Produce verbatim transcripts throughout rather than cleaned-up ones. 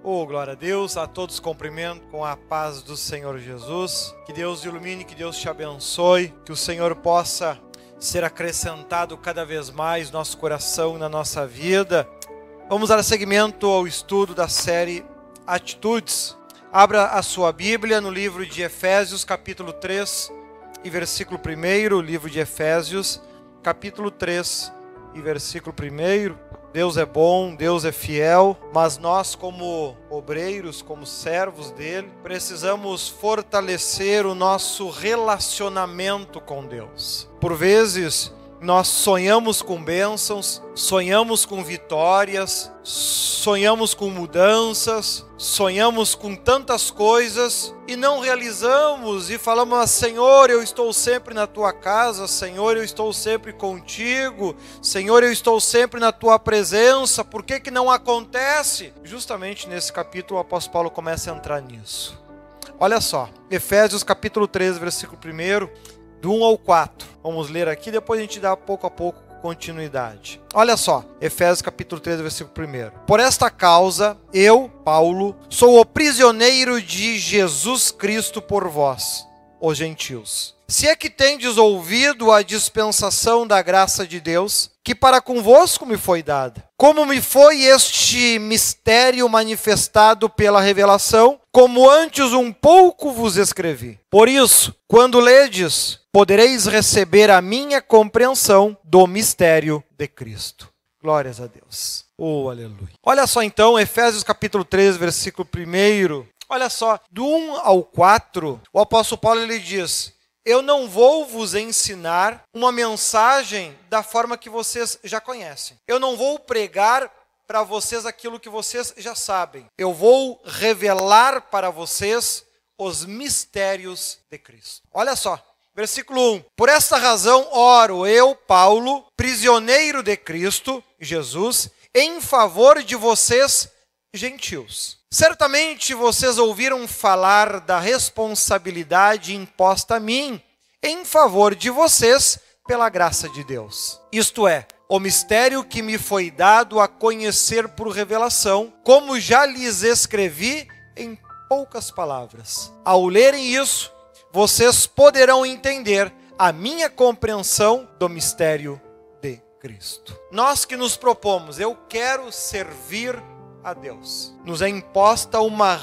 Oh, glória a Deus, a todos cumprimento com a paz do Senhor Jesus. Que Deus ilumine, que Deus te abençoe, que o Senhor possa ser acrescentado cada vez mais no nosso coração e na nossa vida. Vamos dar seguimento ao estudo da série Atitudes. Abra a sua Bíblia no livro de Efésios, capítulo três e versículo primeiro. Livro de Efésios, capítulo três e versículo primeiro. Deus é bom, Deus é fiel, mas nós como obreiros, como servos dele, precisamos fortalecer o nosso relacionamento com Deus. Por vezes, nós sonhamos com bênçãos, sonhamos com vitórias, sonhamos com mudanças, sonhamos com tantas coisas e não realizamos e falamos: Senhor, eu estou sempre na tua casa, Senhor, eu estou sempre contigo, Senhor, eu estou sempre na tua presença. Por que que não acontece? Justamente nesse capítulo o apóstolo Paulo começa a entrar nisso. Olha só, Efésios capítulo três, versículo primeiro, do um ao quatro. Vamos ler aqui, depois a gente dá pouco a pouco continuidade. Olha só, Efésios capítulo três, versículo primeiro. Por esta causa, eu, Paulo, sou o prisioneiro de Jesus Cristo por vós, os gentios. Se é que tendes ouvido a dispensação da graça de Deus, que para convosco me foi dada. Como me foi este mistério manifestado pela revelação, como antes um pouco vos escrevi. Por isso, quando ledes, podereis receber a minha compreensão do mistério de Cristo. Glórias a Deus. Oh, aleluia. Olha só então, Efésios capítulo três, versículo primeiro. Olha só, do um ao quatro, o apóstolo Paulo ele diz: eu não vou vos ensinar uma mensagem da forma que vocês já conhecem. Eu não vou pregar para vocês aquilo que vocês já sabem. Eu vou revelar para vocês os mistérios de Cristo. Olha só, versículo um. Por esta razão oro eu, Paulo, prisioneiro de Cristo, Jesus, em favor de vocês, gentios. Certamente vocês ouviram falar da responsabilidade imposta a mim em favor de vocês pela graça de Deus. Isto é, o mistério que me foi dado a conhecer por revelação, como já lhes escrevi em poucas palavras. Ao lerem isso, vocês poderão entender a minha compreensão do mistério de Cristo. Nós que nos propomos, eu quero servir a Deus. Nos é imposta uma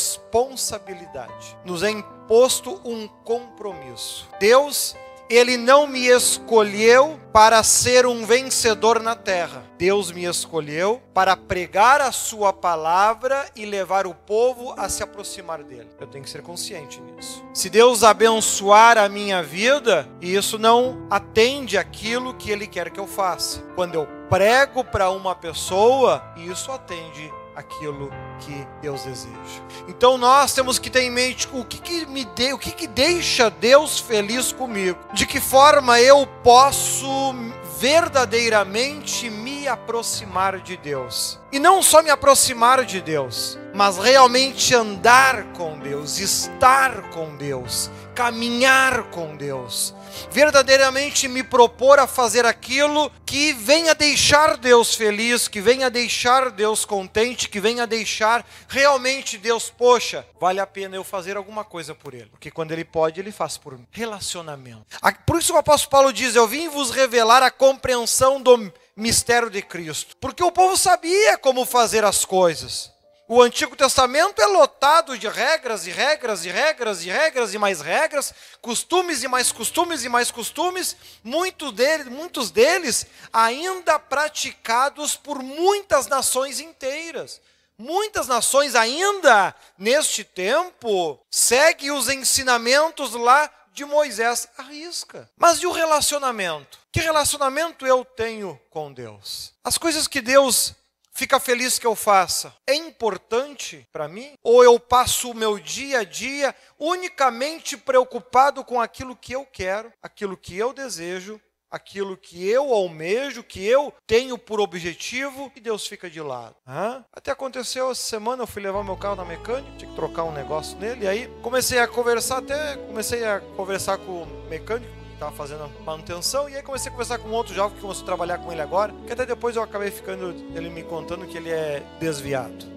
responsabilidade. Nos é imposto um compromisso. Deus, Ele não me escolheu para ser um vencedor na terra. Deus me escolheu para pregar a sua palavra e levar o povo a se aproximar dele. Eu tenho que ser consciente nisso. Se Deus abençoar a minha vida, isso não atende aquilo que Ele quer que eu faça. Quando eu prego para uma pessoa, isso atende aquilo que Deus deseja. Então nós temos que ter em mente o que que me de, o que que deixa Deus feliz comigo. De que forma eu posso verdadeiramente me aproximar de Deus. E não só me aproximar de Deus, mas realmente andar com Deus, estar com Deus, caminhar com Deus. Verdadeiramente me propor a fazer aquilo que venha deixar Deus feliz, que venha deixar Deus contente, que venha deixar realmente Deus, poxa, vale a pena eu fazer alguma coisa por Ele. Porque quando Ele pode, Ele faz por mim. Relacionamento. Por isso o apóstolo Paulo diz: eu vim vos revelar a compreensão do mistério de Cristo. Porque o povo sabia como fazer as coisas. O Antigo Testamento é lotado de regras e regras e regras e regras e mais regras, costumes e mais costumes e mais costumes, muitos deles, muitos deles ainda praticados por muitas nações inteiras. Muitas nações ainda, neste tempo, seguem os ensinamentos lá de Moisés à risca. Mas e o relacionamento? Que relacionamento eu tenho com Deus? As coisas que Deus fica feliz que eu faça, é importante para mim? Ou eu passo o meu dia a dia unicamente preocupado com aquilo que eu quero, aquilo que eu desejo, aquilo que eu almejo, que eu tenho por objetivo, e Deus fica de lado? Hã? Até aconteceu essa semana, eu fui levar meu carro na mecânica, tinha que trocar um negócio nele, e aí comecei a conversar, até comecei a conversar com o mecânico, estava fazendo manutenção, e aí comecei a conversar com um outro jovem que começou a trabalhar com ele agora, que até depois eu acabei ficando, ele me contando que ele é desviado.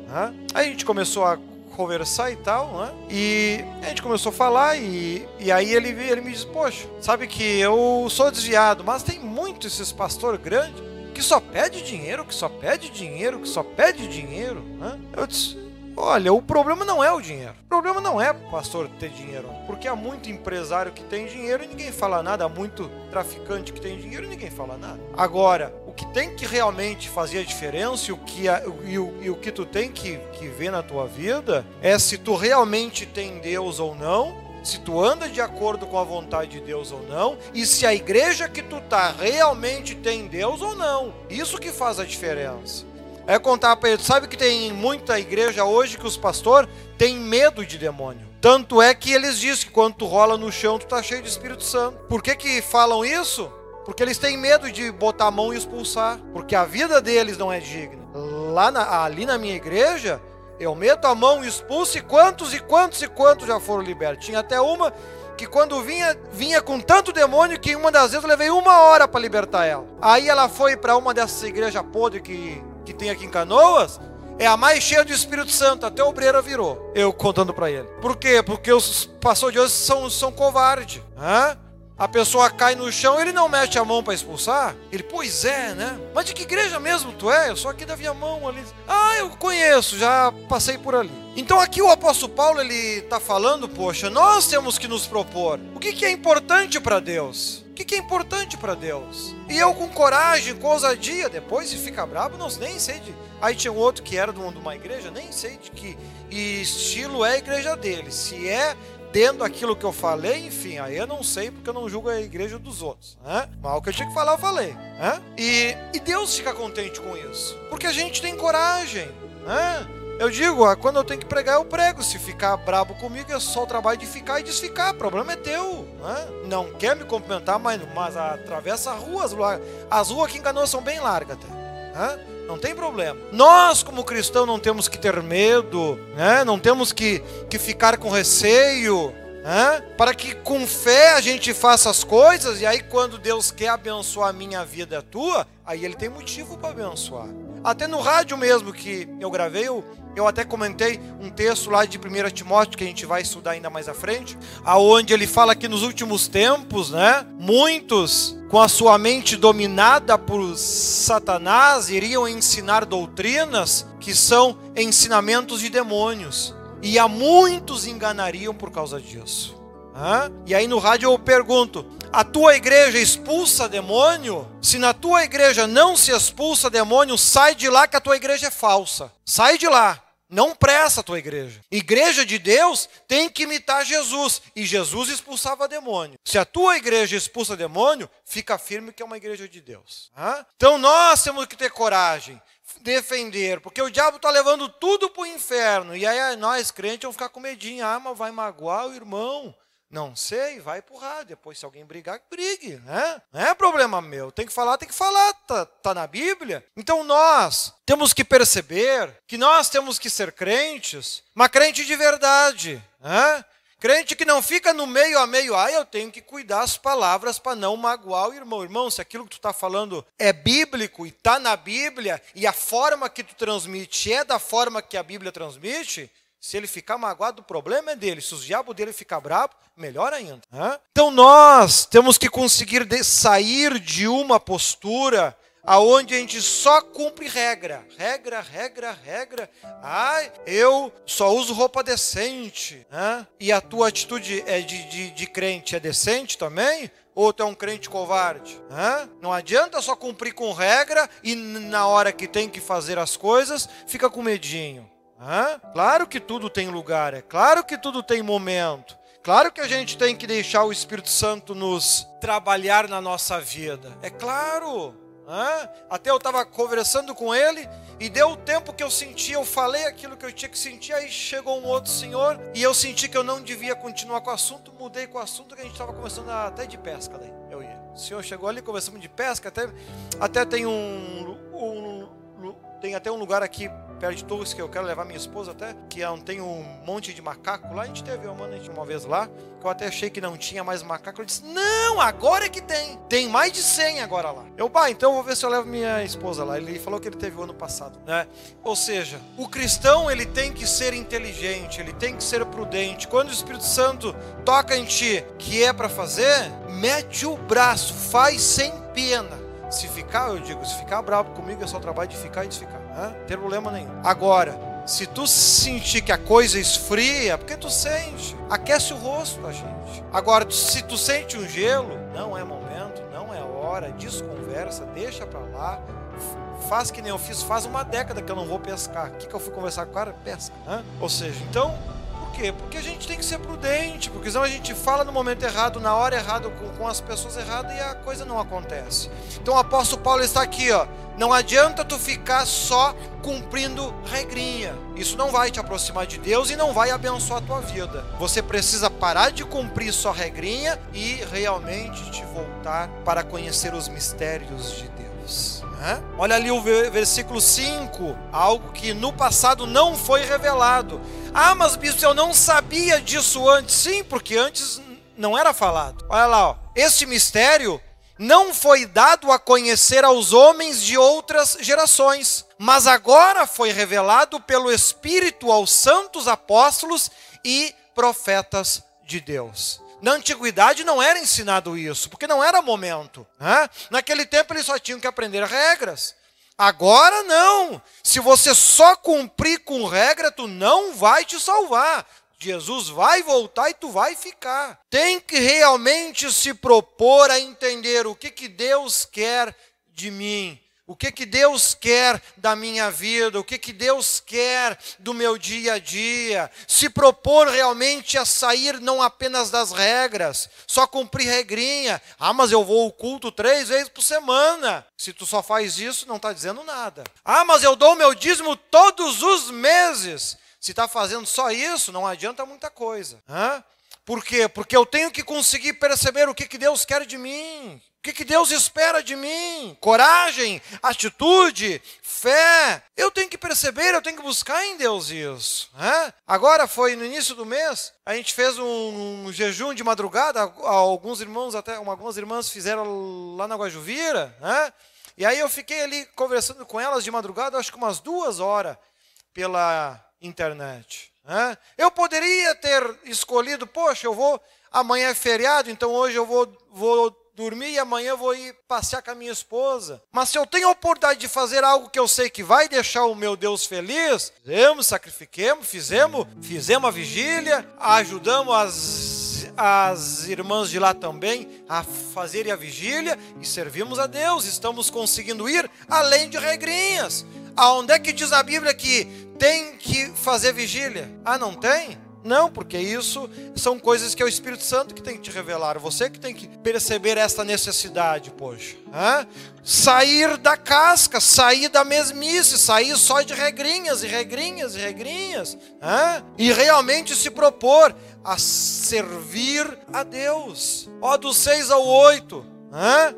Né? Aí a gente começou a conversar e tal, né? E a gente começou a falar e, e aí ele, ele me disse, poxa, sabe que eu sou desviado, mas tem muitos esses pastores grandes que só pede dinheiro, que só pede dinheiro, que só pede dinheiro, né? Eu disse, olha, o problema não é o dinheiro. O problema não é o pastor ter dinheiro, porque há muito empresário que tem dinheiro e ninguém fala nada, há muito traficante que tem dinheiro e ninguém fala nada. Agora, o que tem que realmente fazer a diferença e o que, a, e o, e o que tu tem que, que ver na tua vida é se tu realmente tem Deus ou não, se tu anda de acordo com a vontade de Deus ou não, e se a igreja que tu tá realmente tem Deus ou não. Isso que faz a diferença. É contar para ele, sabe que tem muita igreja hoje que os pastores têm medo de demônio. Tanto é que eles dizem que quando tu rola no chão, tu tá cheio de Espírito Santo. Por que que falam isso? Porque eles têm medo de botar a mão e expulsar. Porque a vida deles não é digna. Lá na, ali na minha igreja, eu meto a mão e expulso, e quantos e quantos e quantos já foram libertos. Tinha até uma que quando vinha, vinha com tanto demônio que uma das vezes eu levei uma hora para libertar ela. Aí ela foi para uma dessas igrejas podres que, que tem aqui em Canoas, é a mais cheia do Espírito Santo, até o obreiro virou, eu contando para ele. Por quê? Porque os pastores de hoje são, são covardes. Hã? A pessoa cai no chão, ele não mete a mão para expulsar. Ele, pois é, né? Mas de que igreja mesmo tu é? Eu sou aqui da Viamão ali. Ah, eu conheço, já passei por ali. Então aqui o apóstolo Paulo, ele está falando, poxa, nós temos que nos propor. O que, que é importante para Deus? O que, que é importante para Deus? E eu com coragem, com ousadia, depois de ficar bravo, não, nem sei de... Aí tinha um outro que era de uma igreja, nem sei de que estilo é a igreja dele. Se é... dentro daquilo que eu falei, enfim, aí eu não sei porque eu não julgo a igreja dos outros, né? Mas o que eu tinha que falar, eu falei, né? E, e Deus fica contente com isso, porque a gente tem coragem, né? Eu digo, quando eu tenho que pregar, eu prego. Se ficar brabo comigo, é só o trabalho de ficar e desficar, o problema é teu, né? Não quer me cumprimentar, mas, mas atravessa a rua, as, as ruas aqui em Canoas são bem largas até, né? Não tem problema. Nós, como cristãos, não temos que ter medo, né? Não temos que, que ficar com receio, né? Para que com fé a gente faça as coisas, e aí quando Deus quer abençoar a minha vida e a tua, aí Ele tem motivo para abençoar. Até no rádio mesmo que eu gravei, eu, eu até comentei um texto lá de primeira Timóteo, que a gente vai estudar ainda mais à frente, aonde ele fala que nos últimos tempos, né, muitos, com a sua mente dominada por Satanás, iriam ensinar doutrinas que são ensinamentos de demônios. E a muitos enganariam por causa disso. Hã? E aí no rádio eu pergunto, a tua igreja expulsa demônio? Se na tua igreja não se expulsa demônio, sai de lá que a tua igreja é falsa. Sai de lá. Não presta a tua igreja. Igreja de Deus tem que imitar Jesus. E Jesus expulsava demônio. Se a tua igreja expulsa demônio, fica firme que é uma igreja de Deus. Hã? Então nós temos que ter coragem, defender, porque o diabo está levando tudo para o inferno. E aí nós crentes vamos ficar com medinho. Ah, mas vai magoar o irmão. Não sei, vai pro rádio. Depois se alguém brigar, brigue, né? Não é problema meu. Tem que falar, tem que falar. Tá, tá na Bíblia. Então nós temos que perceber que nós temos que ser crentes, mas crente de verdade, né? Crente que não fica no meio a meio. Ah, eu tenho que cuidar as palavras para não magoar o irmão. Irmão, se aquilo que tu está falando é bíblico e está na Bíblia, e a forma que tu transmite é da forma que a Bíblia transmite, se ele ficar magoado, o problema é dele. Se o diabo dele ficar bravo, melhor ainda. Né? Então nós temos que conseguir de sair de uma postura aonde a gente só cumpre regra. Regra, regra, regra. Ah, eu só uso roupa decente. Né? E a tua atitude é de, de, de crente é decente também? Ou tu é um crente covarde? Né? Não adianta só cumprir com regra e na hora que tem que fazer as coisas, fica com medinho. Ah, claro que tudo tem lugar, é claro que tudo tem momento, claro que a gente tem que deixar o Espírito Santo nos trabalhar na nossa vida, é claro. Ah, até eu estava conversando com ele e deu o tempo que eu senti, eu falei aquilo que eu tinha que sentir, aí chegou um outro senhor e eu senti que eu não devia continuar com o assunto, mudei com o assunto, que a gente estava conversando até de pesca daí. Eu ia. O senhor chegou ali, conversamos de pesca, até, até tem um, um tem até um lugar aqui perto de Torres, que eu quero levar minha esposa até, que tem um monte de macaco lá. A gente teve uma, uma vez lá, que eu até achei que não tinha mais macaco. Eu disse, não, agora é que tem. Tem mais de cem agora lá. Eu, pá, então eu vou ver se eu levo minha esposa lá. Ele falou que ele teve o ano passado, né? Ou seja, o cristão, ele tem que ser inteligente, ele tem que ser prudente. Quando o Espírito Santo toca em ti, que é para fazer, mete o braço, faz sem pena. Se ficar, eu digo, se ficar bravo comigo, é só trabalho de ficar e desficar, né? Não tem problema nenhum. Agora, se tu sentir que a coisa esfria, porque tu sente, aquece o rosto da gente. Agora, se tu sente um gelo, não é momento, não é hora, desconversa, deixa pra lá, faz que nem eu fiz, faz uma década que eu não vou pescar. O que que eu fui conversar com o cara? Pesca, né? Ou seja, então... Por quê? Porque a gente tem que ser prudente, porque senão a gente fala no momento errado, na hora errada, com, com as pessoas erradas e a coisa não acontece. Então o apóstolo Paulo está aqui, ó. Não adianta tu ficar só cumprindo regrinha. Isso não vai te aproximar de Deus e não vai abençoar a tua vida. Você precisa parar de cumprir só regrinha e realmente te voltar para conhecer os mistérios de Deus. Né? Olha ali o versículo cinco, algo que no passado não foi revelado. Ah, mas bispo, eu não sabia disso antes. Sim, porque antes não era falado. Olha lá, ó. Este mistério não foi dado a conhecer aos homens de outras gerações, mas agora foi revelado pelo Espírito aos santos apóstolos e profetas de Deus. Na antiguidade não era ensinado isso, porque não era momento. Né? Naquele tempo eles só tinham que aprender regras. Agora não. Se você só cumprir com regra, tu não vai te salvar. Jesus vai voltar e tu vai ficar. Tem que realmente se propor a entender o que, que Deus quer de mim. O que, que Deus quer da minha vida, o que, que Deus quer do meu dia a dia. Se propor realmente a sair não apenas das regras, só cumprir regrinha. Ah, mas eu vou ao culto três vezes por semana. Se tu só faz isso, não está dizendo nada. Ah, mas eu dou o meu dízimo todos os meses. Se está fazendo só isso, não adianta muita coisa. Hã? Por quê? Porque eu tenho que conseguir perceber o que, que Deus quer de mim. O que, que Deus espera de mim? Coragem, atitude, fé. Eu tenho que perceber, eu tenho que buscar em Deus isso. Né? Agora foi no início do mês, a gente fez um, um jejum de madrugada, alguns irmãos, até algumas irmãs fizeram lá na Guajuvira, né? E aí eu fiquei ali conversando com elas de madrugada, acho que umas duas horas pela internet. Né? Eu poderia ter escolhido, poxa, eu vou, amanhã é feriado, então hoje eu vou... vou dormir e amanhã eu vou ir passear com a minha esposa. Mas se eu tenho a oportunidade de fazer algo que eu sei que vai deixar o meu Deus feliz, fizemos, sacrifiquemos, fizemos, fizemos a vigília, ajudamos as, as irmãs de lá também a fazerem a vigília e servimos a Deus. Estamos conseguindo ir além de regrinhas. Aonde é que diz a Bíblia que tem que fazer vigília? Ah, não tem? Não, porque isso são coisas que é o Espírito Santo que tem que te revelar. Você que tem que perceber esta necessidade, poxa. Hã? Sair da casca, sair da mesmice, sair só de regrinhas e regrinhas e regrinhas. Hã? E realmente se propor a servir a Deus. Ó, do seis ao oito. Hã?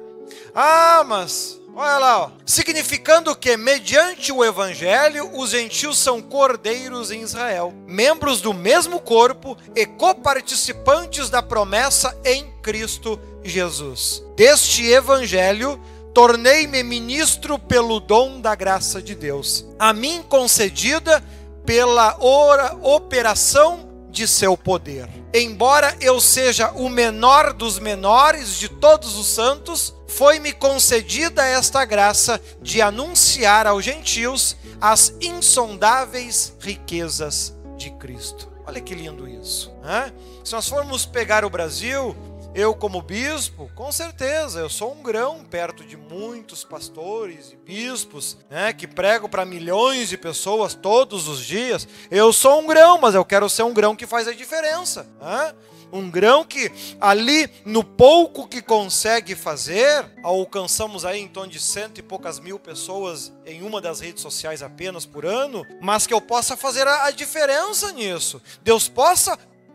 Ah, mas... Olha lá, ó. Significando que, mediante o Evangelho, os gentios são cordeiros em Israel, membros do mesmo corpo e coparticipantes da promessa em Cristo Jesus. Deste Evangelho, tornei-me ministro pelo dom da graça de Deus, a mim concedida pela ora, operação de seu poder. Embora eu seja o menor dos menores de todos os santos, foi-me concedida esta graça de anunciar aos gentios as insondáveis riquezas de Cristo. Olha que lindo isso. Né? Se nós formos pegar o Brasil, eu como bispo, com certeza, eu sou um grão perto de muitos pastores e bispos, né, que pregam para milhões de pessoas todos os dias. Eu sou um grão, mas eu quero ser um grão que faz a diferença. Né? Um grão que ali, no pouco que consegue fazer, alcançamos aí em torno de cento e poucas mil pessoas em uma das redes sociais apenas por ano, mas que eu possa fazer a, a diferença nisso. Deus possa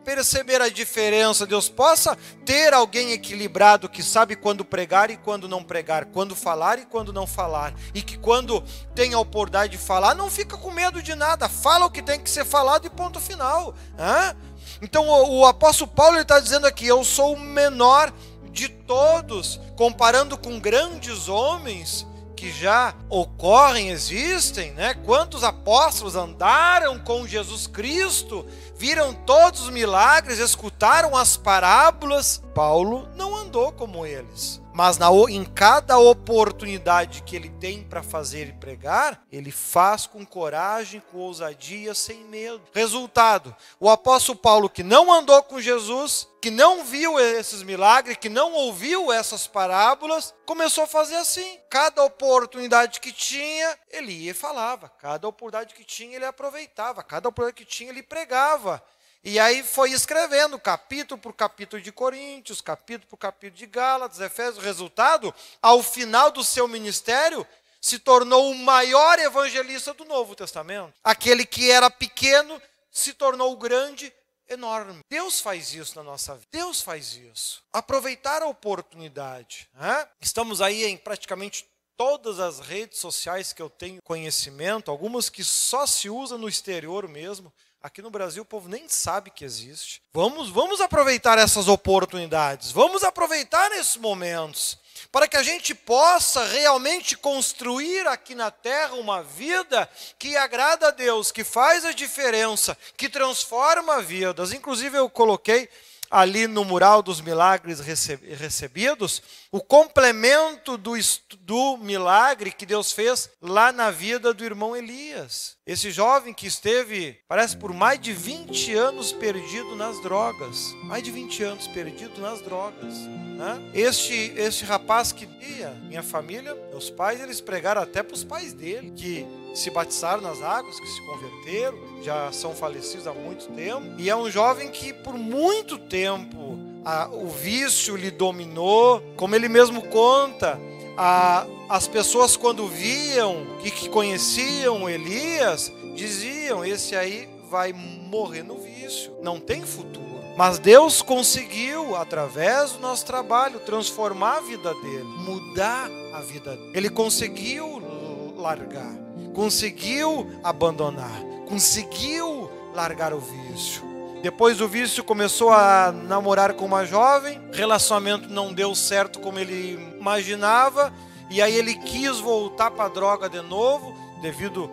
perceber a diferença, Deus possa ter alguém equilibrado que sabe quando pregar e quando não pregar, quando falar e quando não falar, e que quando tem a oportunidade de falar, não fica com medo de nada, fala o que tem que ser falado e ponto final. Hã? Então o, o apóstolo Paulo está dizendo aqui, eu sou o menor de todos, comparando com grandes homens que já ocorrem, existem, né? Quantos apóstolos andaram com Jesus Cristo, viram todos os milagres, escutaram as parábolas. Paulo não andou como eles, mas na, em cada oportunidade que ele tem para fazer e pregar, ele faz com coragem, com ousadia, sem medo. Resultado, o apóstolo Paulo, que não andou com Jesus, que não viu esses milagres, que não ouviu essas parábolas, começou a fazer assim. Cada oportunidade que tinha, ele ia e falava. Cada oportunidade que tinha, ele aproveitava. Cada oportunidade que tinha, ele pregava. E aí foi escrevendo capítulo por capítulo de Coríntios, capítulo por capítulo de Gálatas, Efésios. Resultado, ao final do seu ministério, se tornou o maior evangelista do Novo Testamento. Aquele que era pequeno se tornou grande, enorme. Deus faz isso na nossa vida. Deus faz isso. Aproveitar a oportunidade. Né? Estamos aí em praticamente todas as redes sociais que eu tenho conhecimento, algumas que só se usam no exterior mesmo. Aqui no Brasil o povo nem sabe que existe. Vamos, vamos aproveitar essas oportunidades, vamos aproveitar esses momentos, para que a gente possa realmente construir aqui na terra uma vida que agrada a Deus, que faz a diferença, que transforma vidas. Inclusive eu coloquei ali no mural dos milagres recebidos, o complemento do, do milagre que Deus fez lá na vida do irmão Elias. Esse jovem que esteve, parece, por mais de vinte anos perdido nas drogas. Mais de vinte anos perdido nas drogas. Né? Este, este rapaz que ia, minha família, meus pais, eles pregaram até para os pais dele, que se batizaram nas águas, que se converteram, já são falecidos há muito tempo. E é um jovem que por muito tempo a, o vício lhe dominou, como ele mesmo conta. A, as pessoas quando viam e que conheciam Elias, diziam, esse aí vai morrer no vício, não tem futuro. Mas Deus conseguiu, através do nosso trabalho, transformar a vida dele, mudar a vida dele. Ele conseguiu largar, conseguiu abandonar, conseguiu largar o vício. Depois do vício começou a namorar com uma jovem, relacionamento não deu certo como ele imaginava, e aí ele quis voltar para a droga de novo, devido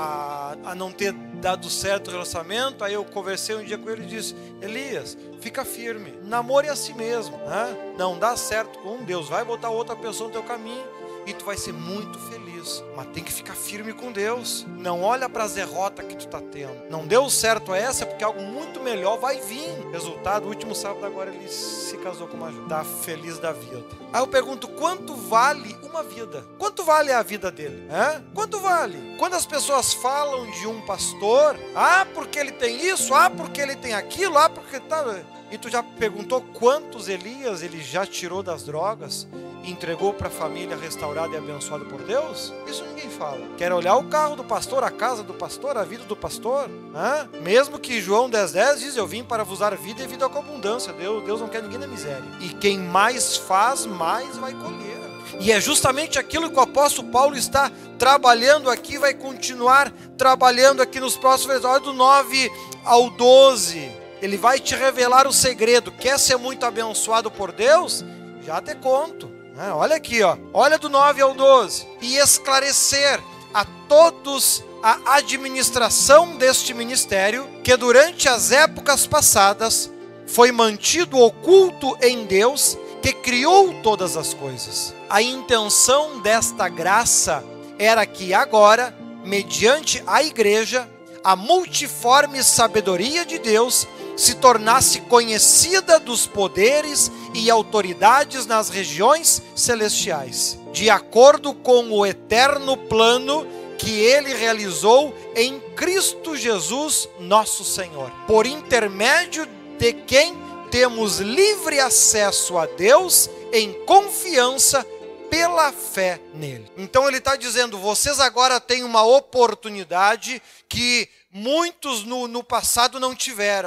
a, a não ter dado certo o relacionamento. Aí eu conversei um dia com ele e disse, Elias, fica firme, namore a si mesmo, né? Não dá certo com um, Deus vai botar outra pessoa no teu caminho e tu vai ser muito feliz, mas tem que ficar firme com Deus. Não olha para as derrotas que tu está tendo. Não deu certo essa, porque algo muito melhor vai vir. Resultado, o último sábado agora ele se casou com uma jovem, tá feliz da vida. Aí eu pergunto, quanto vale uma vida? Quanto vale a vida dele? É? Quanto vale? Quando as pessoas falam de um pastor, ah, porque ele tem isso, ah, porque ele tem aquilo, ah, porque tá... E tu já perguntou quantos Elias ele já tirou das drogas e entregou para a família restaurada e abençoada por Deus? Isso ninguém fala. Quer olhar o carro do pastor, a casa do pastor, a vida do pastor? Hã? Mesmo que João dez, dez diz, eu vim para vos dar vida e vida com abundância. Deus, Deus não quer ninguém na miséria. E quem mais faz, mais vai colher. E é justamente aquilo que o apóstolo Paulo está trabalhando aqui, vai continuar trabalhando aqui nos próximos, olha, do nove ao doze. Ele vai te revelar o segredo. Quer ser muito abençoado por Deus? Já te conto. Ah, olha aqui, ó. Olha do nove ao doze. E esclarecer a todos a administração deste ministério, que durante as épocas passadas foi mantido oculto em Deus, que criou todas as coisas. A intenção desta graça era que agora, mediante a igreja, a multiforme sabedoria de Deus se tornasse conhecida dos poderes e autoridades nas regiões celestiais, de acordo com o eterno plano que ele realizou em Cristo Jesus, nosso Senhor, por intermédio de quem temos livre acesso a Deus em confiança pela fé nele. Então ele está dizendo, vocês agora têm uma oportunidade que muitos no, no passado não tiveram,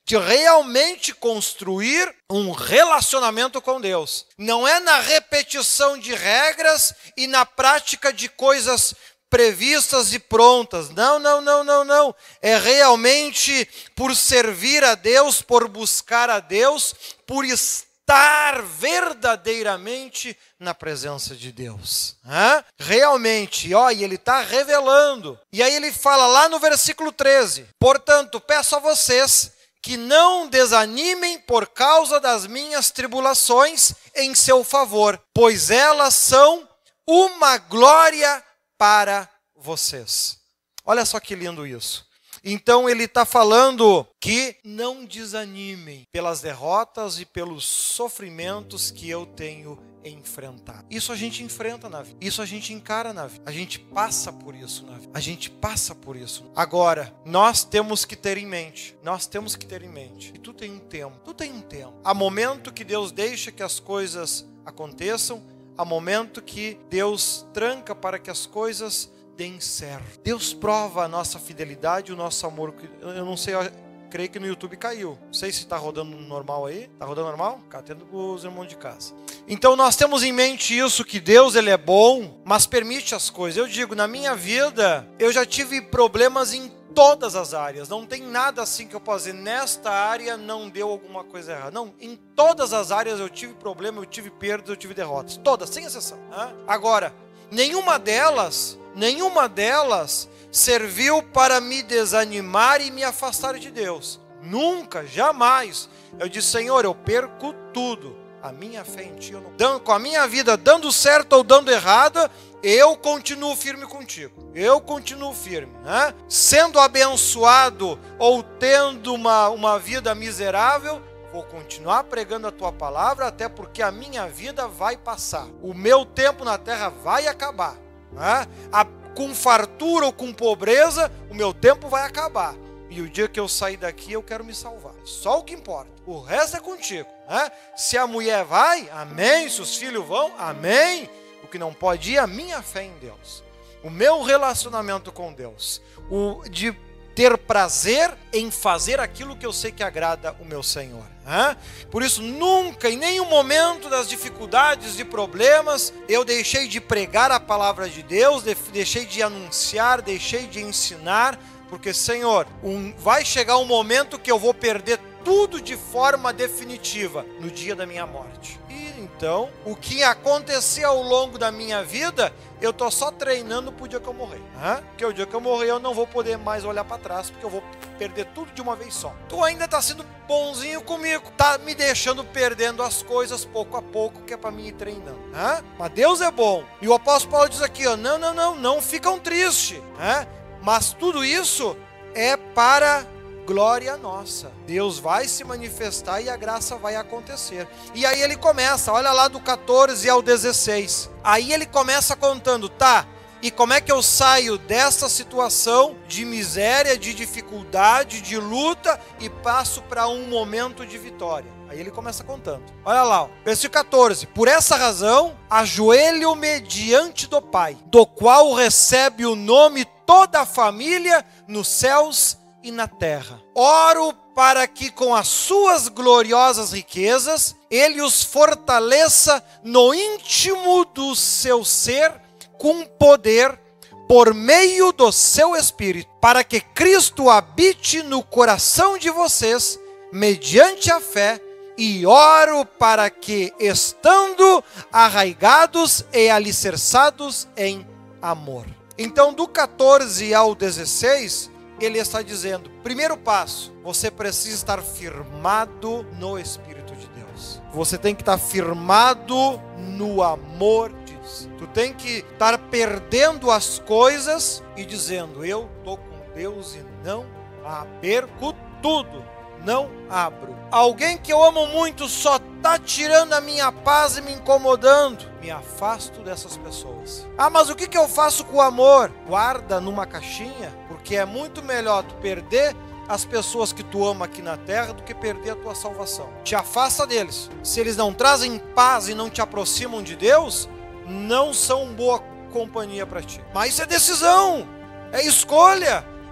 de realmente construir um relacionamento com Deus. Não é na repetição de regras e na prática de coisas previstas e prontas. Não, não, não, não, não. É realmente por servir a Deus, por buscar a Deus, por estar verdadeiramente na presença de Deus. Hã? Realmente, ó, e ele está revelando. E aí ele fala lá no versículo treze: portanto, peço a vocês que não desanimem por causa das minhas tribulações em seu favor, pois elas são uma glória para vocês. Olha só que lindo isso. Então ele está falando que não desanimem pelas derrotas e pelos sofrimentos que eu tenho enfrentado. Isso a gente enfrenta na vida. Isso a gente encara na vida. A gente passa por isso na vida. A gente passa por isso. Agora, nós temos que ter em mente. Nós temos que ter em mente. E tu tem um tempo. Tu tem um tempo. Há momento que Deus deixa que as coisas aconteçam. Há momento que Deus tranca para que as coisas deem certo. Deus prova a nossa fidelidade, o nosso amor. Eu não sei, eu creio que no YouTube caiu. Não sei se está rodando normal aí. Está rodando normal? Cá, tendo os irmãos de casa. Então nós temos em mente isso, que Deus ele é bom, mas permite as coisas. Eu digo, na minha vida, eu já tive problemas em todas as áreas. Não tem nada assim que eu posso dizer, nesta área não deu alguma coisa errada. Não, em todas as áreas eu tive problema, eu tive perdas, eu tive derrotas. Todas, sem exceção. Né? Agora, nenhuma delas, nenhuma delas serviu para me desanimar e me afastar de Deus. Nunca, jamais. Eu disse, Senhor, eu perco tudo. A minha fé em Ti, eu não... dando, com a minha vida dando certo ou dando errada, eu continuo firme contigo. Eu continuo firme. Né? Sendo abençoado ou tendo uma, uma vida miserável, vou continuar pregando a Tua palavra, até porque a minha vida vai passar. O meu tempo na terra vai acabar. Né? A, com fartura ou com pobreza, o meu tempo vai acabar. E o dia que eu sair daqui, eu quero me salvar. Só o que importa. O resto é contigo. Né? Se a mulher vai, amém. Se os filhos vão, amém. O que não pode ir é a minha fé em Deus. O meu relacionamento com Deus. O de ter prazer em fazer aquilo que eu sei que agrada o meu Senhor. Né? Por isso, nunca, em nenhum momento das dificuldades e problemas, eu deixei de pregar a palavra de Deus, deixei de anunciar, deixei de ensinar, porque, Senhor, um, vai chegar um momento que eu vou perder tudo de forma definitiva no dia da minha morte. E então, o que acontecer ao longo da minha vida, eu estou só treinando para o dia que eu morrer. Né? Porque o dia que eu morrer eu não vou poder mais olhar para trás, porque eu vou perder tudo de uma vez só. Tu ainda está sendo bonzinho comigo, tá me deixando perdendo as coisas pouco a pouco, que é para mim ir treinando. Né? Mas Deus é bom. E o apóstolo Paulo diz aqui, ó, não, não, não, não ficam tristes. Né? Mas tudo isso é para glória nossa. Deus vai se manifestar e a graça vai acontecer. E aí ele começa, olha lá do catorze ao dezesseis. Aí ele começa contando, tá, e como é que eu saio dessa situação de miséria, de dificuldade, de luta e passo para um momento de vitória? Aí ele começa contando. Olha lá, ó, versículo catorze. Por essa razão, ajoelho-me diante do Pai, do qual recebe o nome toda a família nos céus e na terra. Oro para que com as suas gloriosas riquezas, Ele os fortaleça no íntimo do seu ser, com poder, por meio do seu Espírito, para que Cristo habite no coração de vocês, mediante a fé, e oro para que, estando arraigados e alicerçados em amor. Então, do catorze ao dezesseis, ele está dizendo, primeiro passo, você precisa estar firmado no Espírito de Deus. Você tem que estar firmado no amor de Deus. Tu tem que estar perdendo as coisas e dizendo, eu estou com Deus e não perco tudo. Não abro. Alguém que eu amo muito só está tirando a minha paz e me incomodando. Me afasto dessas pessoas. Ah, mas o que, que eu faço com o amor? Guarda numa caixinha, porque é muito melhor tu perder as pessoas que tu ama aqui na terra do que perder a tua salvação. Te afasta deles. Se eles não trazem paz e não te aproximam de Deus, não são boa companhia para ti. Mas isso é decisão, é escolha.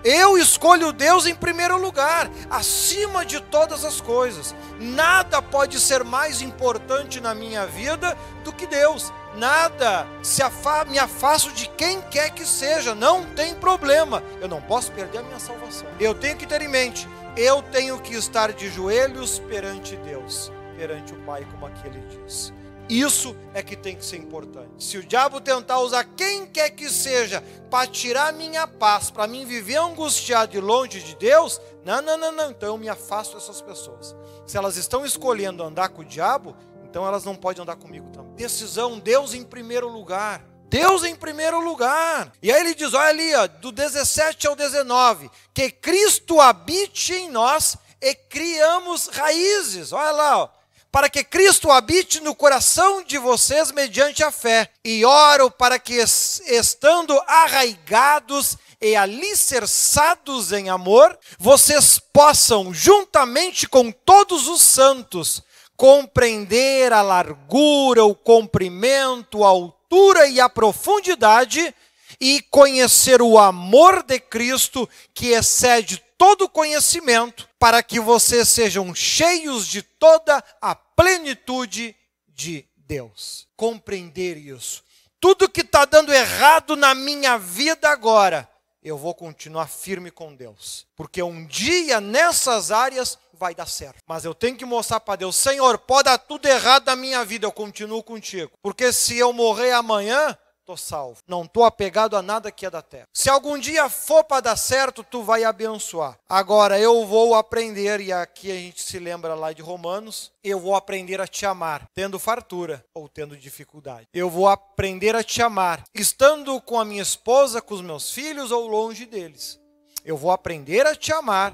Eu escolho Deus em primeiro lugar, acima de todas as coisas. Nada pode ser mais importante na minha vida do que Deus. Nada, se afa- me afasto de quem quer que seja, não tem problema. Eu não posso perder a minha salvação. Eu tenho que ter em mente, eu tenho que estar de joelhos perante Deus, perante o Pai, como aqui ele diz. Isso é que tem que ser importante. Se o diabo tentar usar quem quer que seja para tirar minha paz, para mim viver angustiado e longe de Deus, não, não, não, não, então eu me afasto dessas pessoas. Se elas estão escolhendo andar com o diabo, então elas não podem andar comigo também. Decisão, Deus em primeiro lugar. Deus em primeiro lugar. E aí ele diz, olha ali, ó, do dezessete ao dezenove, que Cristo habite em nós e criamos raízes. Olha lá, ó. Para que Cristo habite no coração de vocês mediante a fé. E oro para que, estando arraigados e alicerçados em amor, vocês possam, juntamente com todos os santos, compreender a largura, o comprimento, a altura e a profundidade, e conhecer o amor de Cristo, que excede todo conhecimento, para que vocês sejam cheios de toda a plenitude de Deus. Compreender isso. Tudo que está dando errado na minha vida agora, eu vou continuar firme com Deus. Porque um dia nessas áreas vai dar certo. Mas eu tenho que mostrar para Deus, Senhor, pode dar tudo errado na minha vida, eu continuo contigo. Porque se eu morrer amanhã, estou salvo. Não estou apegado a nada que é da terra. Se algum dia for para dar certo, tu vai abençoar. Agora eu vou aprender, e aqui a gente se lembra lá de Romanos, eu vou aprender a te amar, tendo fartura ou tendo dificuldade. Eu vou aprender a te amar, estando com a minha esposa, com os meus filhos ou longe deles. Eu vou aprender a te amar,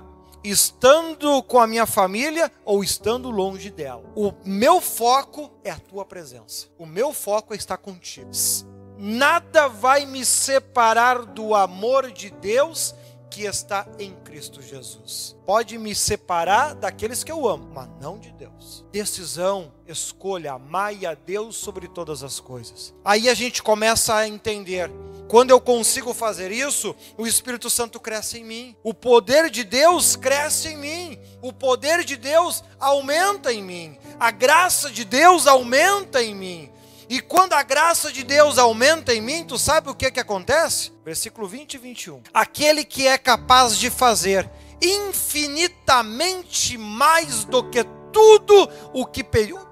estando com a minha família ou estando longe dela. O meu foco é a tua presença. O meu foco é estar contigo. Nada vai me separar do amor de Deus que está em Cristo Jesus. Pode me separar daqueles que eu amo, mas não de Deus. Decisão, escolha, amai a Deus sobre todas as coisas. Aí a gente começa a entender. Quando eu consigo fazer isso, o Espírito Santo cresce em mim. O poder de Deus cresce em mim. O poder de Deus aumenta em mim. A graça de Deus aumenta em mim. E quando a graça de Deus aumenta em mim, tu sabe o que que acontece? Versículo vinte e vinte e um. Aquele que é capaz de fazer infinitamente mais do que tudo o que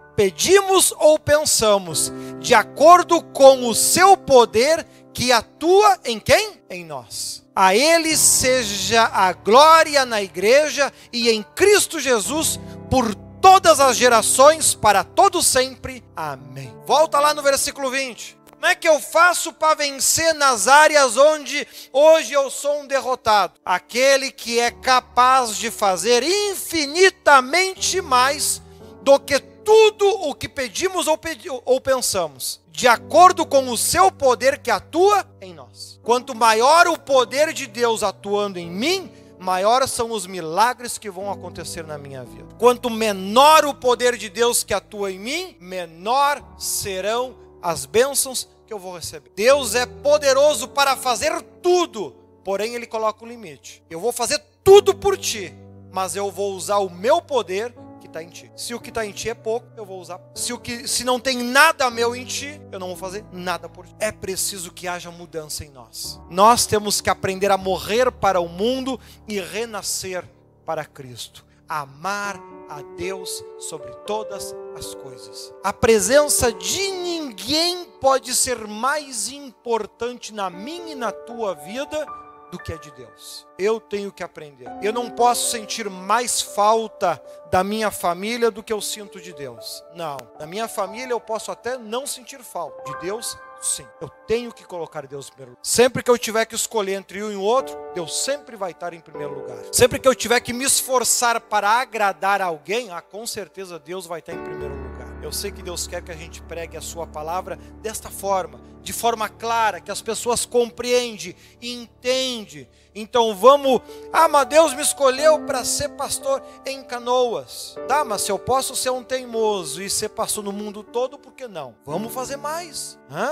pedimos ou pensamos, de acordo com o seu poder que atua em quem? Em nós. A ele seja a glória na igreja e em Cristo Jesus por todas as gerações, para todo sempre. Amém. Volta lá no versículo vinte. Como é que eu faço para vencer nas áreas onde hoje eu sou um derrotado? Aquele que é capaz de fazer infinitamente mais do que tudo o que pedimos ou, pedi- ou pensamos, de acordo com o seu poder que atua em nós. Quanto maior o poder de Deus atuando em mim, maiores são os milagres que vão acontecer na minha vida. Quanto menor o poder de Deus que atua em mim, menor serão as bênçãos que eu vou receber. Deus é poderoso para fazer tudo, porém Ele coloca um limite. Eu vou fazer tudo por ti, mas eu vou usar o meu poder que está em ti. Se o que está em ti é pouco, eu vou usar. Se, o que, se não tem nada meu em ti, eu não vou fazer nada por ti. É preciso que haja mudança em nós. Nós temos que aprender a morrer para o mundo e renascer para Cristo. Amar a Deus sobre todas as coisas. A presença de ninguém pode ser mais importante na minha e na tua vida do que a de Deus. Eu tenho que aprender. Eu não posso sentir mais falta da minha família do que eu sinto de Deus. Não. Da minha família eu posso até não sentir falta. De Deus, sim. Eu tenho que colocar Deus em primeiro lugar. Sempre que eu tiver que escolher entre um e outro, Deus sempre vai estar em primeiro lugar. Sempre que eu tiver que me esforçar para agradar alguém, ah, com certeza Deus vai estar em primeiro lugar. Eu sei que Deus quer que a gente pregue a sua palavra desta forma, de forma clara, que as pessoas compreendem e entendem. Então vamos, ah, mas Deus me escolheu para ser pastor em Canoas. Tá, mas se eu posso ser um teimoso e ser pastor no mundo todo, por que não? Vamos fazer mais. Hã?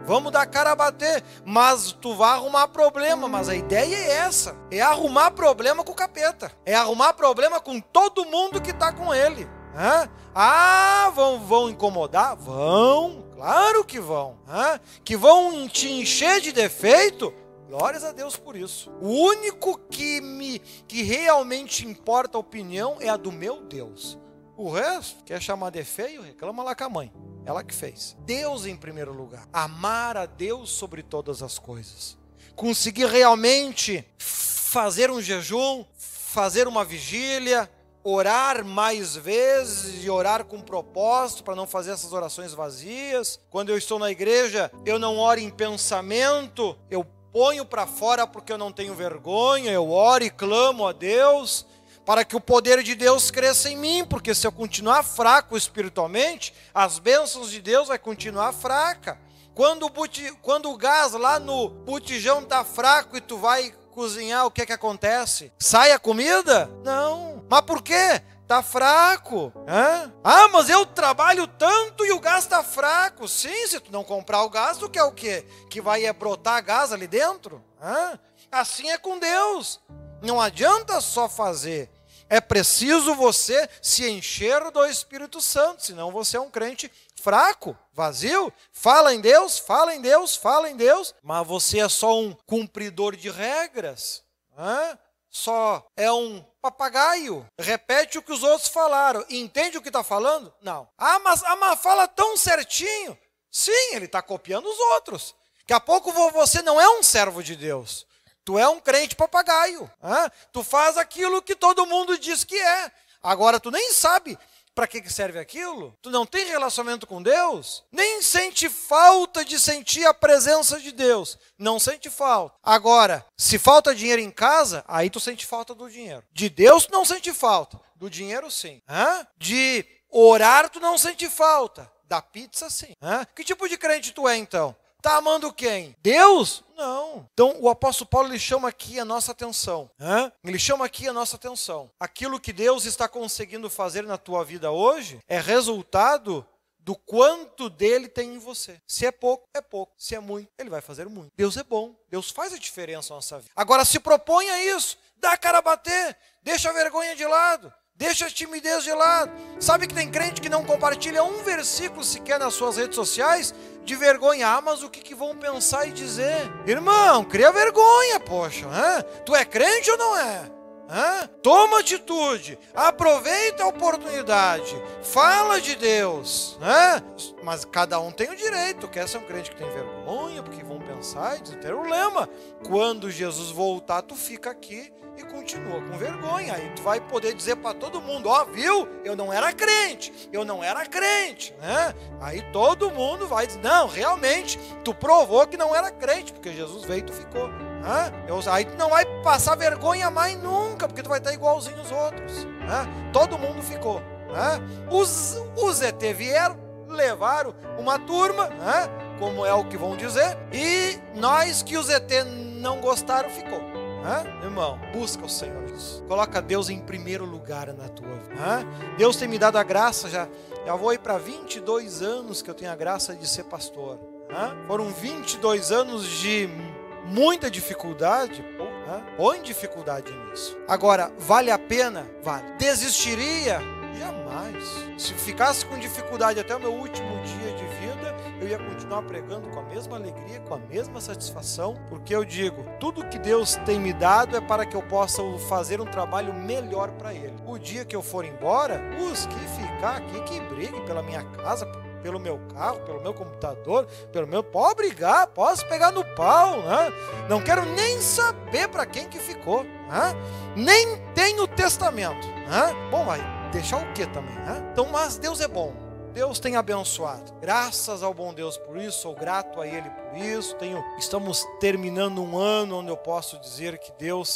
vamos dar cara a bater, mas tu vai arrumar problema, mas a ideia é essa, é arrumar problema com o capeta, é arrumar problema com todo mundo que está com ele. Hã? Ah, vão, vão incomodar? Vão, claro que vão. Hã? Que vão te encher de defeito? Glórias a Deus por isso. O único que, me, que realmente importa a opinião é a do meu Deus. O resto, quer chamar de feio, reclama lá com a mãe. Ela que fez. Deus em primeiro lugar. Amar a Deus sobre todas as coisas. Conseguir realmente fazer um jejum, fazer uma vigília, orar mais vezes e orar com propósito para não fazer essas orações vazias. Quando eu estou na igreja, eu não oro em pensamento, eu ponho para fora porque eu não tenho vergonha, eu oro e clamo a Deus para que o poder de Deus cresça em mim, porque se eu continuar fraco espiritualmente, as bênçãos de Deus vai continuar fraca. Quando o, buti, quando o gás lá no botijão está fraco e tu vai cozinhar, o que que acontece? Sai a comida? Não. Mas por quê? Tá fraco. Hã? Ah, mas eu trabalho tanto e o gás tá fraco. Sim, se tu não comprar o gás, tu quer o quê? Que vai brotar gás ali dentro? Hã? Assim é com Deus. Não adianta só fazer. É preciso você se encher do Espírito Santo, senão você é um crente fraco, vazio. Fala em Deus, fala em Deus, fala em Deus, mas você é só um cumpridor de regras. Hã? Só é um papagaio, repete o que os outros falaram, entende o que está falando? Não. Ah, mas, ah, mas fala tão certinho. Sim, ele está copiando os outros. Daqui a pouco você não é um servo de Deus, tu é um crente papagaio. Hein? Tu faz aquilo que todo mundo diz que é. Agora tu nem sabe para que serve aquilo, tu não tem relacionamento com Deus, nem sente falta de sentir a presença de Deus, não sente falta. Agora, se falta dinheiro em casa, aí tu sente falta do dinheiro. De Deus tu não sente falta, do dinheiro sim. Hã? De orar tu não sente falta, da pizza sim. Hã? Que tipo de crente tu é então? Tá amando quem? Deus? Não. Então o apóstolo Paulo ele chama aqui a nossa atenção. Hã? Ele chama aqui a nossa atenção. Aquilo que Deus está conseguindo fazer na tua vida hoje é resultado do quanto dele tem em você. Se é pouco, é pouco. Se é muito, ele vai fazer muito. Deus é bom. Deus faz a diferença na nossa vida. Agora se propõe a isso. Dá a cara a bater. Deixa a vergonha de lado. Deixa a timidez de lado. Sabe que tem crente que não compartilha um versículo sequer nas suas redes sociais de vergonha. Ah, mas o que, que vão pensar e dizer? Irmão, cria vergonha, poxa. Hein? Tu é crente ou não é? Hein? Toma atitude. Aproveita a oportunidade. Fala de Deus. Hein? Mas cada um tem o direito. Quer ser um crente que tem vergonha, porque vão pensar e dizer, tem problema. Quando Jesus voltar, tu fica aqui e continua com vergonha. Aí tu vai poder dizer para todo mundo, ó, oh, viu? Eu não era crente, eu não era crente, né? Aí todo mundo vai dizer, não, realmente, tu provou que não era crente, porque Jesus veio e tu ficou. Né? Eu, aí tu não vai passar vergonha mais nunca, porque tu vai estar igualzinho os outros. Né? Todo mundo ficou. Né? Os, os E T vieram, levaram uma turma, né? Como é o que vão dizer, e nós que os E T não gostaram, ficou. Hã? Irmão, busca o Senhor Jesus. Coloca Deus em primeiro lugar na tua vida. Hã? Deus tem me dado a graça, já, já vou ir para vinte e dois anos que eu tenho a graça de ser pastor. Hã? Foram vinte e dois anos de muita dificuldade. Pô, hã? Põe dificuldade nisso. Agora, vale a pena? Vale. Desistiria? Jamais. Se ficasse com dificuldade até o meu último dia de vida, eu ia continuar pregando com a mesma alegria, com a mesma satisfação, porque eu digo, tudo que Deus tem me dado é para que eu possa fazer um trabalho melhor para Ele. O dia que eu for embora, os que ficar aqui, que brigue pela minha casa, pelo meu carro, pelo meu computador, pelo meu... Pode brigar, posso pegar no pau, né? Não quero nem saber para quem que ficou, né? Nem tenho testamento, né? Bom, vai deixar o que também, né? Então, mas Deus é bom. Deus tem abençoado. Graças ao bom Deus por isso, sou grato a Ele por isso. Tenho, estamos terminando um ano onde eu posso dizer que Deus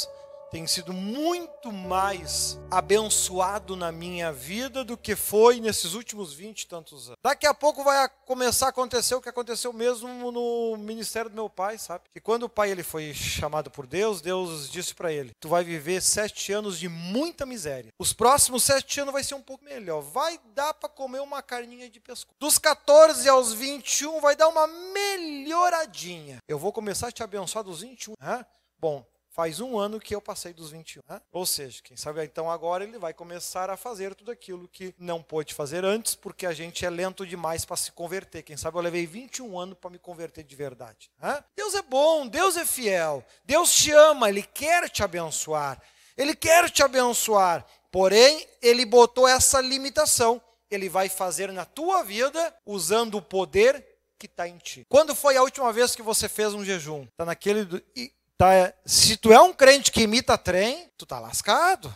tem sido muito mais abençoado na minha vida do que foi nesses últimos vinte e tantos anos. Daqui a pouco vai começar a acontecer o que aconteceu mesmo no ministério do meu pai, sabe? Que quando o pai ele foi chamado por Deus, Deus disse para ele: tu vai viver sete anos de muita miséria. Os próximos sete anos vai ser um pouco melhor. Vai dar para comer uma carninha de pescoço. Dos catorze aos vinte e um vai dar uma melhoradinha. Eu vou começar a te abençoar dos vinte e um. Hein? Bom, faz um ano que eu passei dos vinte e um. Né? Ou seja, quem sabe então agora ele vai começar a fazer tudo aquilo que não pôde fazer antes, porque a gente é lento demais para se converter. Quem sabe eu levei vinte e um anos para me converter de verdade. Né? Deus é bom, Deus é fiel, Deus te ama, Ele quer te abençoar. Ele quer te abençoar, porém Ele botou essa limitação. Ele vai fazer na tua vida usando o poder que está em ti. Quando foi a última vez que você fez um jejum? Está naquele... Do... Tá, se tu é um crente que imita trem, tu tá lascado.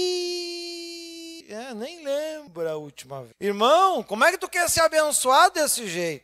E é, nem lembra a última vez. Irmão, como é que tu quer ser abençoado desse jeito?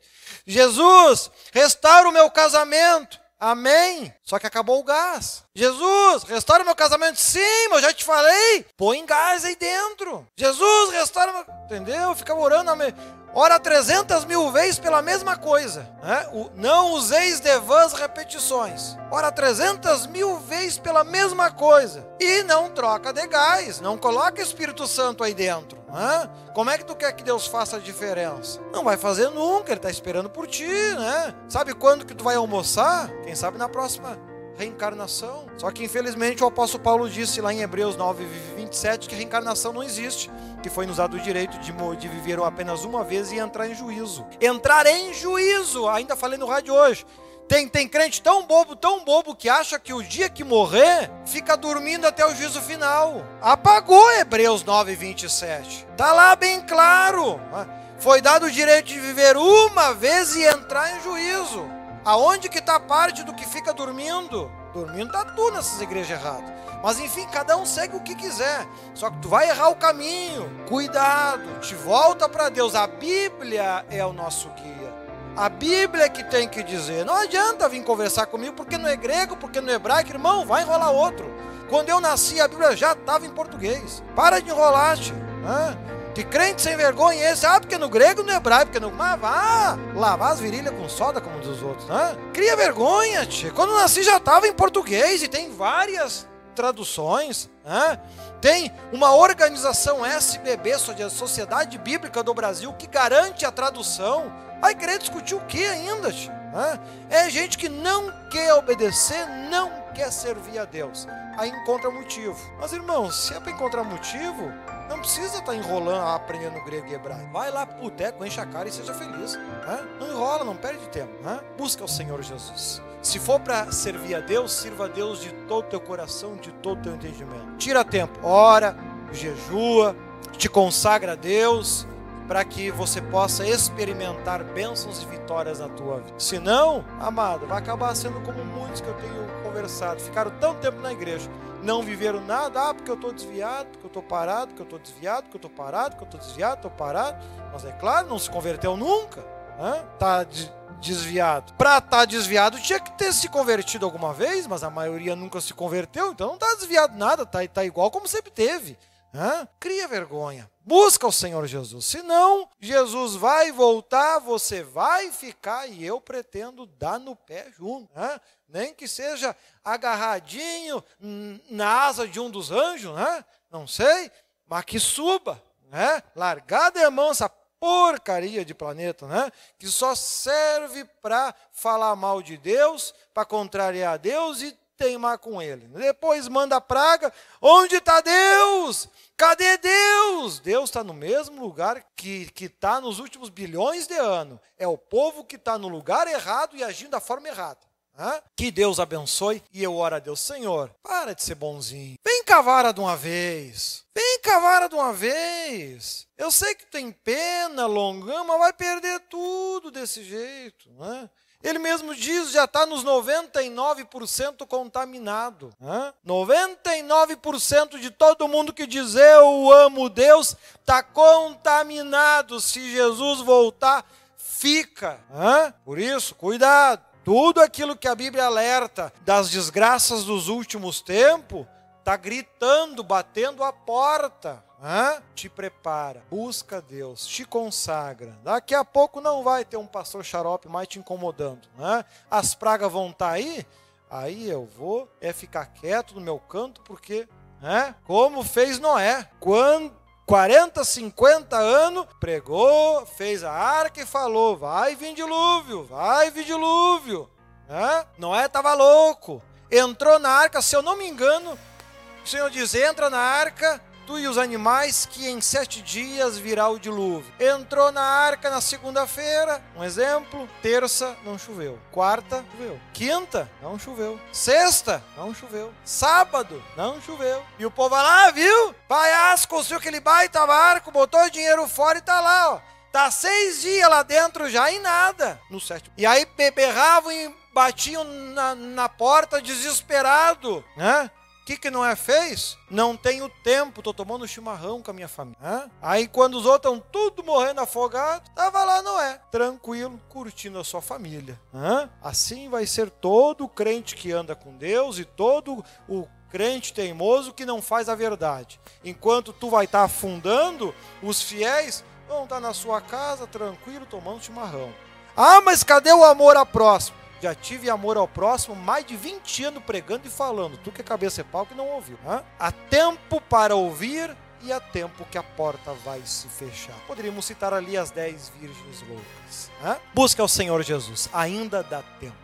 Jesus, restaura o meu casamento. Amém. Só que acabou o gás. Jesus, restaura o meu casamento. Sim, mas eu já te falei. Põe gás aí dentro. Jesus, restaura o meu... Entendeu? Fica orando. Ora trezentas mil vezes pela mesma coisa. Né? O, não useis de vãs repetições. Ora trezentas mil vezes pela mesma coisa. E não troca de gás. Não coloca Espírito Santo aí dentro. Né? Como é que tu quer que Deus faça a diferença? Não vai fazer nunca. Ele está esperando por ti. Né? Sabe quando que tu vai almoçar? Quem sabe na próxima reencarnação. Só que infelizmente o apóstolo Paulo disse lá em Hebreus nove, vinte e sete que a reencarnação não existe, que foi nos dado o direito de, de viver apenas uma vez e entrar em juízo. Entrar em juízo, ainda falei no rádio hoje. Tem, tem crente tão bobo, tão bobo, que acha que o dia que morrer, fica dormindo até o juízo final. Apagou Hebreus nove, vinte e sete. Tá lá bem claro. Foi dado o direito de viver uma vez e entrar em juízo. Aonde que está a parte do que fica dormindo? Dormindo está tu nessas igrejas erradas. Mas enfim, cada um segue o que quiser. Só que tu vai errar o caminho. Cuidado, te volta para Deus. A Bíblia é o nosso guia. A Bíblia é que tem que dizer. Não adianta vir conversar comigo porque não é grego, porque não é hebraico. Irmão, vai enrolar outro. Quando eu nasci, a Bíblia já estava em português. Para de enrolar-te. Né? Que crente sem vergonha é esse? Ah, porque no grego, no hebraico, porque no... Mas vá lavar as virilhas com soda como dos outros, né? Cria vergonha, tia. Quando eu nasci já estava em português e tem várias traduções, né? Tem uma organização S B B, Sociedade Bíblica do Brasil, que garante a tradução. Vai querer discutir o que ainda, tia? Né? É gente que não quer obedecer, não quer servir a Deus. Aí encontra motivo. Mas, irmãos, se é para encontrar motivo, não precisa estar enrolando, aprendendo grego e hebraico. Vai lá pro boteco, enche a cara e seja feliz. Né? Não enrola, não perde tempo. Né? Busca o Senhor Jesus. Se for para servir a Deus, sirva a Deus de todo o teu coração, de todo o teu entendimento. Tira tempo, ora, jejua, te consagra a Deus, para que você possa experimentar bênçãos e vitórias na tua vida. Se não, amado, vai acabar sendo como muitos que eu tenho conversado. Ficaram tanto tempo na igreja, não viveram nada. Ah, porque eu estou desviado, porque eu estou parado, porque eu estou desviado, porque eu estou parado, porque eu estou desviado, estou parado. Mas é claro, não se converteu nunca. Está de, desviado. Para estar tá desviado, tinha que ter se convertido alguma vez, mas a maioria nunca se converteu, então não está desviado nada, está tá igual como sempre teve. Hã? Cria vergonha. Busca o Senhor Jesus. Senão, Jesus vai voltar, você vai ficar e eu pretendo dar no pé junto. Hã? Nem que seja agarradinho na asa de um dos anjos, né? Não sei, mas que suba. Né? Largar de mão essa porcaria de planeta, né? Que só serve para falar mal de Deus, para contrariar Deus e teimar com ele. Depois manda a praga. Onde está Deus? Cadê Deus? Deus está no mesmo lugar que está nos últimos bilhões de anos. É o povo que está no lugar errado e agindo da forma errada. Hã? Que Deus abençoe. E eu oro a Deus: Senhor, para de ser bonzinho. Vem cá, vara de uma vez. Vem cá, vara de uma vez. Eu sei que tem pena, longão, mas vai perder tudo desse jeito. Né? Ele mesmo diz, já está nos noventa e nove por cento contaminado. Né? noventa e nove por cento de todo mundo que diz eu amo Deus está contaminado. Se Jesus voltar, fica. Né? Por isso, cuidado. Tudo aquilo que a Bíblia alerta das desgraças dos últimos tempos está gritando, batendo a porta. Hã? Te prepara, busca Deus, te consagra. Daqui a pouco não vai ter um pastor xarope mais te incomodando. Hã? As pragas vão estar aí, aí eu vou é ficar quieto no meu canto, porque, hã? Como fez Noé, quando quarenta, cinquenta anos, pregou, fez a arca e falou, vai vir dilúvio, vai vir dilúvio. Hã? Noé estava louco, entrou na arca, se eu não me engano, o Senhor diz, entra na arca, tu e os animais, que em sete dias virá o dilúvio. Entrou na arca na segunda-feira, um exemplo, terça, não choveu. Quarta, choveu. Quinta, não choveu. Sexta, não choveu. Sábado, não choveu. E o povo vai lá, viu? Palhaço, construiu aquele baita barco, botou dinheiro fora e tá lá, ó. Tá seis dias lá dentro já e nada. No sétimo. E aí berravam e batiam na, na porta desesperado, né? O que que Noé fez? Não tenho tempo, tô tomando chimarrão com a minha família. Hã? Aí quando os outros estão tudo morrendo afogado, tava lá Noé, tranquilo, curtindo a sua família. Hã? Assim vai ser todo crente que anda com Deus e todo o crente teimoso que não faz a verdade. Enquanto tu vai estar tá afundando, os fiéis vão estar tá na sua casa, tranquilo, tomando chimarrão. Ah, mas cadê o amor ao próximo? Já tive amor ao próximo mais de vinte anos pregando e falando. Tu que é cabeça e pau que não ouviu. Hã? Há tempo para ouvir e há tempo que a porta vai se fechar. Poderíamos citar ali as dez virgens loucas. Hã? Busca ao Senhor Jesus. Ainda dá tempo.